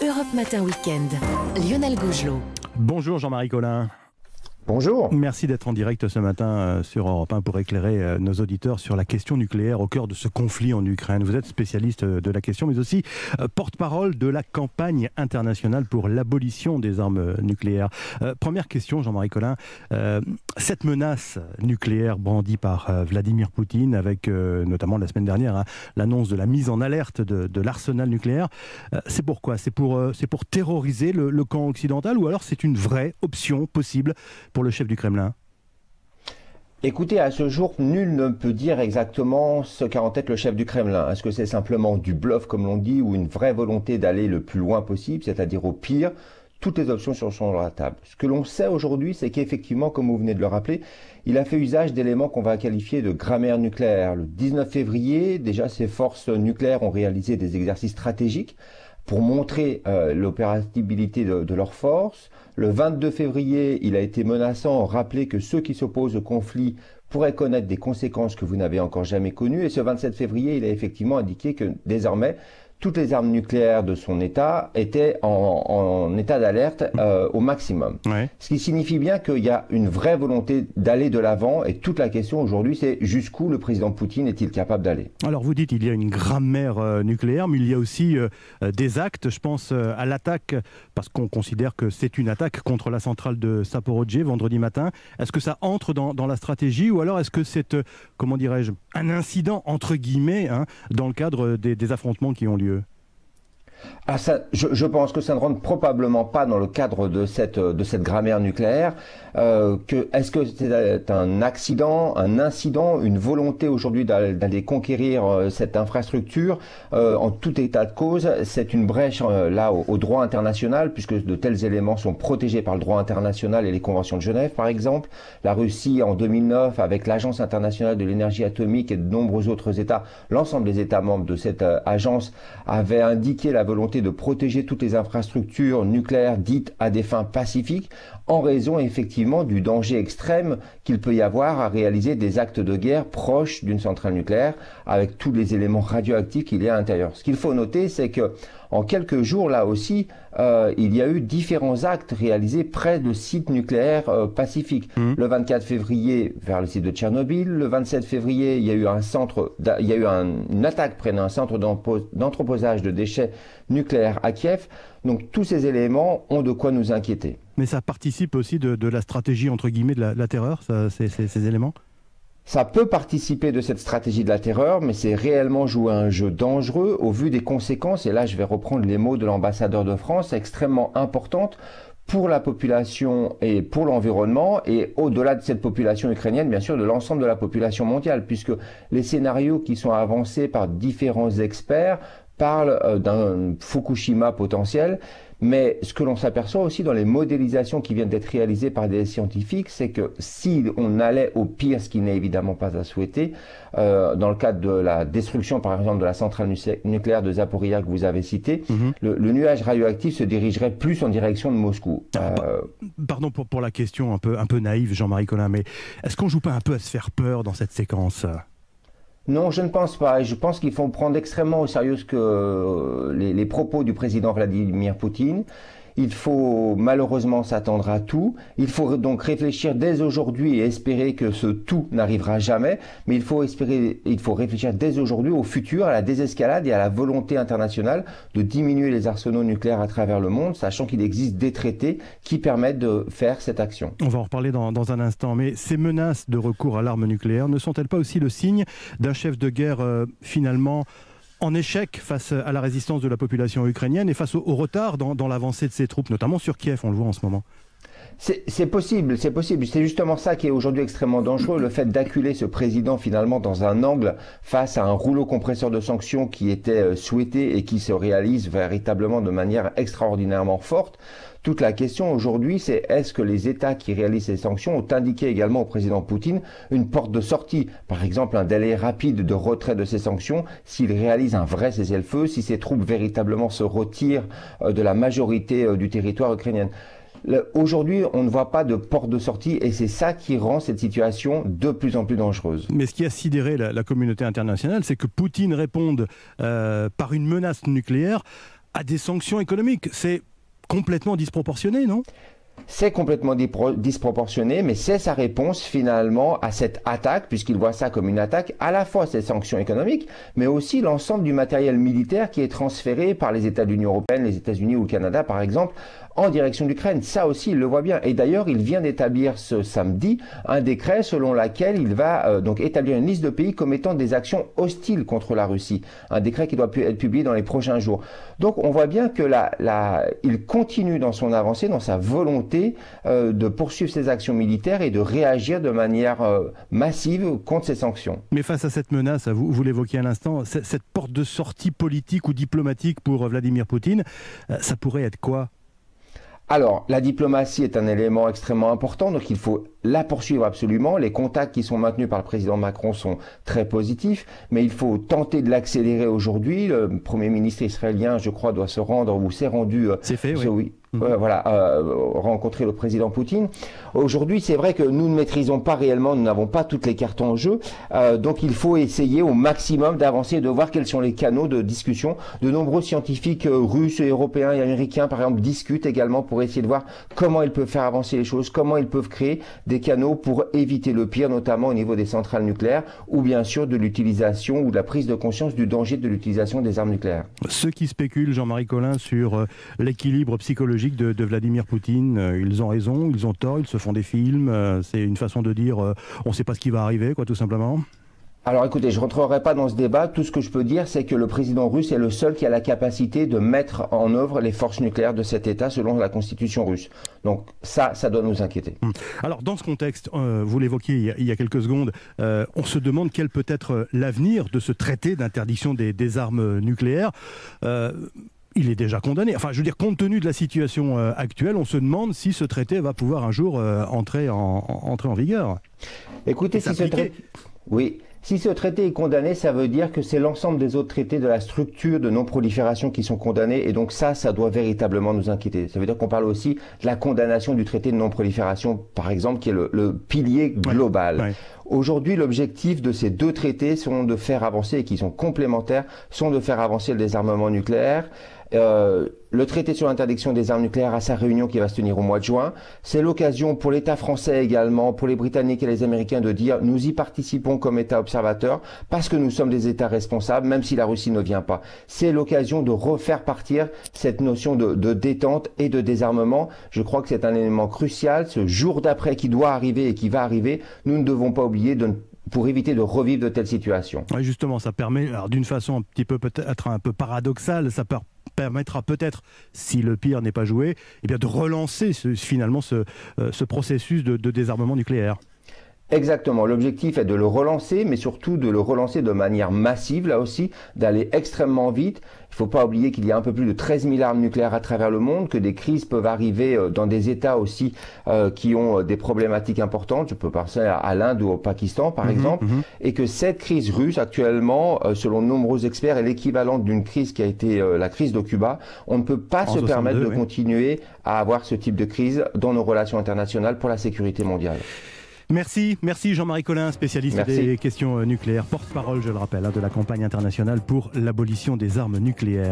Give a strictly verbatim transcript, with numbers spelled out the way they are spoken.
Europe Matin Week-end. Lionel Gougelot. Bonjour Jean-Marie Collin. Bonjour. Merci d'être en direct ce matin sur Europe un pour éclairer nos auditeurs sur la question nucléaire au cœur de ce conflit en Ukraine. Vous êtes spécialiste de la question, mais aussi porte-parole de la campagne internationale pour l'abolition des armes nucléaires. Euh, première question, Jean-Marie Collin. Euh, cette menace nucléaire brandie par euh, Vladimir Poutine, avec euh, notamment la semaine dernière hein, l'annonce de la mise en alerte de, de l'arsenal nucléaire, euh, c'est pourquoi C'est pour, euh, c'est pour terroriser le, le camp occidental, ou alors c'est une vraie option possible pour le chef du Kremlin? Écoutez, à ce jour, nul ne peut dire exactement ce qu'a en tête le chef du Kremlin. Est-ce que c'est simplement du bluff, comme l'on dit, ou une vraie volonté d'aller le plus loin possible, c'est-à-dire au pire? Toutes les options sont sur la table. Ce que l'on sait aujourd'hui, c'est qu'effectivement, comme vous venez de le rappeler, il a fait usage d'éléments qu'on va qualifier de grammaire nucléaire. Le dix-neuf février, déjà, ses forces nucléaires ont réalisé des exercices stratégiques pour montrer euh, l'opérabilité de, de leurs forces. Le vingt-deux février, il a été menaçant, rappelé que ceux qui s'opposent au conflit pourraient connaître des conséquences que vous n'avez encore jamais connues. Et ce vingt-sept février, il a effectivement indiqué que désormais, toutes les armes nucléaires de son État étaient en, en état d'alerte euh, au maximum. Ouais. Ce qui signifie bien qu'il y a une vraie volonté d'aller de l'avant, et toute la question aujourd'hui, c'est jusqu'où le président Poutine est-il capable d'aller? Alors vous dites qu'il y a une grammaire euh, nucléaire, mais il y a aussi euh, des actes. Je pense euh, à l'attaque, parce qu'on considère que c'est une attaque contre la centrale de Zaporijie vendredi matin. Est-ce que ça entre dans, dans la stratégie, ou alors est-ce que c'est, euh, comment dirais-je, un incident entre guillemets hein, dans le cadre des, des affrontements qui ont lieu? Ah ça, je, je pense que ça ne rentre probablement pas dans le cadre de cette, de cette grammaire nucléaire. Euh, que, est-ce que c'est un accident, un incident, une volonté aujourd'hui d'aller conquérir euh, cette infrastructure? euh, En tout état de cause, c'est une brèche euh, là au, au droit international, puisque de tels éléments sont protégés par le droit international et les conventions de Genève, par exemple. La Russie, en deux mille neuf, avec l'Agence internationale de l'énergie atomique et de nombreux autres États, l'ensemble des États membres de cette euh, agence avaient indiqué la volonté de protéger toutes les infrastructures nucléaires dites à des fins pacifiques, en raison effectivement du danger extrême qu'il peut y avoir à réaliser des actes de guerre proches d'une centrale nucléaire, avec tous les éléments radioactifs qu'il y a à l'intérieur. Ce qu'il faut noter, c'est que en quelques jours, là aussi, euh, il y a eu différents actes réalisés près de sites nucléaires euh, pacifiques. Mmh. Le vingt-quatre février, vers le site de Tchernobyl. Le vingt-sept février, il y a eu un centre, il y a eu un, une attaque près d'un centre d'entreposage de déchets nucléaires à Kiev. Donc tous ces éléments ont de quoi nous inquiéter. Mais ça participe aussi de, de la stratégie, entre guillemets, de la, la terreur, ça, ces, ces, ces éléments? Ça peut participer de cette stratégie de la terreur, mais c'est réellement jouer un jeu dangereux au vu des conséquences, et là je vais reprendre les mots de l'ambassadeur de France, extrêmement importantes pour la population et pour l'environnement, et au-delà de cette population ukrainienne, bien sûr, de l'ensemble de la population mondiale, puisque les scénarios qui sont avancés par différents experts parlent euh, d'un Fukushima potentiel. Mais ce que l'on s'aperçoit aussi dans les modélisations qui viennent d'être réalisées par des scientifiques, c'est que si on allait au pire, ce qui n'est évidemment pas à souhaiter, euh, dans le cadre de la destruction par exemple de la centrale nucléaire de Zaporijia que vous avez citée, mm-hmm. le, le nuage radioactif se dirigerait plus en direction de Moscou. Ah, euh... Pardon pour, pour la question un peu, un peu naïve, Jean-Marie Collin, mais est-ce qu'on joue pas un peu à se faire peur dans cette séquence ? Non, je ne pense pas. Et je pense qu'il faut prendre extrêmement au sérieux ce que les, les propos du président Vladimir Poutine. Il faut malheureusement s'attendre à tout. Il faut donc réfléchir dès aujourd'hui et espérer que ce tout n'arrivera jamais. Mais il faut espérer, il faut réfléchir dès aujourd'hui au futur, à la désescalade et à la volonté internationale de diminuer les arsenaux nucléaires à travers le monde, sachant qu'il existe des traités qui permettent de faire cette action. On va en reparler dans, dans un instant. Mais ces menaces de recours à l'arme nucléaire ne sont-elles pas aussi le signe d'un chef de guerre euh, finalement en échec face à la résistance de la population ukrainienne et face au, au retard dans, dans l'avancée de ses troupes, notamment sur Kiev, on le voit en ce moment? C'est possible, c'est possible. C'est justement ça qui est aujourd'hui extrêmement dangereux, le fait d'acculer ce président finalement dans un angle face à un rouleau compresseur de sanctions qui était souhaité et qui se réalise véritablement de manière extraordinairement forte. Toute la question aujourd'hui, c'est est-ce que les États qui réalisent ces sanctions ont indiqué également au président Poutine une porte de sortie, par exemple un délai rapide de retrait de ces sanctions, s'il réalise un vrai cessez-le-feu, si ses troupes véritablement se retirent de la majorité du territoire ukrainien. Aujourd'hui, on ne voit pas de porte de sortie et c'est ça qui rend cette situation de plus en plus dangereuse. Mais ce qui a sidéré la, la communauté internationale, c'est que Poutine réponde euh, par une menace nucléaire à des sanctions économiques. C'est complètement disproportionné, non ? C'est complètement disproportionné, mais c'est sa réponse finalement à cette attaque, puisqu'il voit ça comme une attaque, à la fois ces sanctions économiques, mais aussi l'ensemble du matériel militaire qui est transféré par les États de l'Union européenne, les États-Unis ou le Canada par exemple, en direction d'Ukraine. Ça aussi, il le voit bien. Et d'ailleurs, il vient d'établir ce samedi un décret selon lequel il va euh, donc établir une liste de pays commettant des actions hostiles contre la Russie. Un décret qui doit être publié dans les prochains jours. Donc, on voit bien que la, la, il continue dans son avancée, dans sa volonté euh, de poursuivre ses actions militaires et de réagir de manière euh, massive contre ces sanctions. Mais face à cette menace, vous, vous l'évoquiez à l'instant, cette porte de sortie politique ou diplomatique pour Vladimir Poutine, euh, ça pourrait être quoi ? Alors, la diplomatie est un élément extrêmement important, donc il faut la poursuivre absolument. Les contacts qui sont maintenus par le président Macron sont très positifs, mais il faut tenter de l'accélérer aujourd'hui. Le Premier ministre israélien, je crois, doit se rendre ou s'est rendu C'est fait, ce, oui. oui, euh, voilà, euh, rencontrer le président Poutine. Aujourd'hui, c'est vrai que nous ne maîtrisons pas réellement, nous n'avons pas toutes les cartes en jeu, euh, donc il faut essayer au maximum d'avancer et de voir quels sont les canaux de discussion. De nombreux scientifiques euh, russes, et européens et américains, par exemple, discutent également pour essayer de voir comment ils peuvent faire avancer les choses, comment ils peuvent créer des canaux pour éviter le pire, notamment au niveau des centrales nucléaires, ou bien sûr de l'utilisation ou de la prise de conscience du danger de l'utilisation des armes nucléaires. Ceux qui spéculent, Jean-Marie Collin, sur euh, l'équilibre psychologique De, de Vladimir Poutine, euh, ils ont raison, ils ont tort, ils se font des films, euh, c'est une façon de dire euh, on ne sait pas ce qui va arriver, quoi, tout simplement. Alors écoutez, je ne rentrerai pas dans ce débat, tout ce que je peux dire c'est que le président russe est le seul qui a la capacité de mettre en œuvre les forces nucléaires de cet État selon la constitution russe. Donc ça, ça doit nous inquiéter. Alors dans ce contexte, euh, vous l'évoquiez il, il y a quelques secondes, euh, on se demande quel peut être l'avenir de ce traité d'interdiction des, des armes nucléaires. Euh, Il est déjà condamné. Enfin, je veux dire, compte tenu de la situation euh, actuelle, on se demande si ce traité va pouvoir un jour euh, entrer, en, en, entrer en vigueur. Écoutez, si ce traité... Oui. Si ce traité est condamné, ça veut dire que c'est l'ensemble des autres traités de la structure de non-prolifération qui sont condamnés. Et donc ça, ça doit véritablement nous inquiéter. Ça veut dire qu'on parle aussi de la condamnation du traité de non-prolifération, par exemple, qui est le, le pilier global. Ouais, ouais. Aujourd'hui, l'objectif de ces deux traités sont de faire avancer, et qui sont complémentaires, sont de faire avancer le désarmement nucléaire. Euh, le traité sur l'interdiction des armes nucléaires à sa réunion qui va se tenir au mois de juin. C'est l'occasion pour l'État français également, pour les Britanniques et les Américains de dire nous y participons comme État observateur parce que nous sommes des États responsables, même si la Russie ne vient pas. C'est l'occasion de refaire partir cette notion de, de détente et de désarmement. Je crois que c'est un élément crucial. Ce jour d'après qui doit arriver et qui va arriver, nous ne devons pas oublier de ne pour éviter de revivre de telles situations. Oui, justement, ça permet, alors d'une façon un petit peu peut-être un peu paradoxale, ça per permettra peut-être, si le pire n'est pas joué, eh bien de relancer ce, finalement ce, euh, ce processus de, de désarmement nucléaire. Exactement. L'objectif est de le relancer, mais surtout de le relancer de manière massive, là aussi, d'aller extrêmement vite. Il ne faut pas oublier qu'il y a un peu plus de treize mille armes nucléaires à travers le monde, que des crises peuvent arriver dans des États aussi euh, qui ont des problématiques importantes. Je peux penser à, à l'Inde ou au Pakistan, par mmh, exemple. Mmh. Et que cette crise russe, actuellement, euh, selon de nombreux experts, est l'équivalent d'une crise qui a été euh, la crise de Cuba. On ne peut pas en se permettre de oui. continuer à avoir ce type de crise dans nos relations internationales pour la sécurité mondiale. Merci, merci Jean-Marie Collin, spécialiste merci. des questions nucléaires, porte-parole, je le rappelle, de la campagne internationale pour l'abolition des armes nucléaires.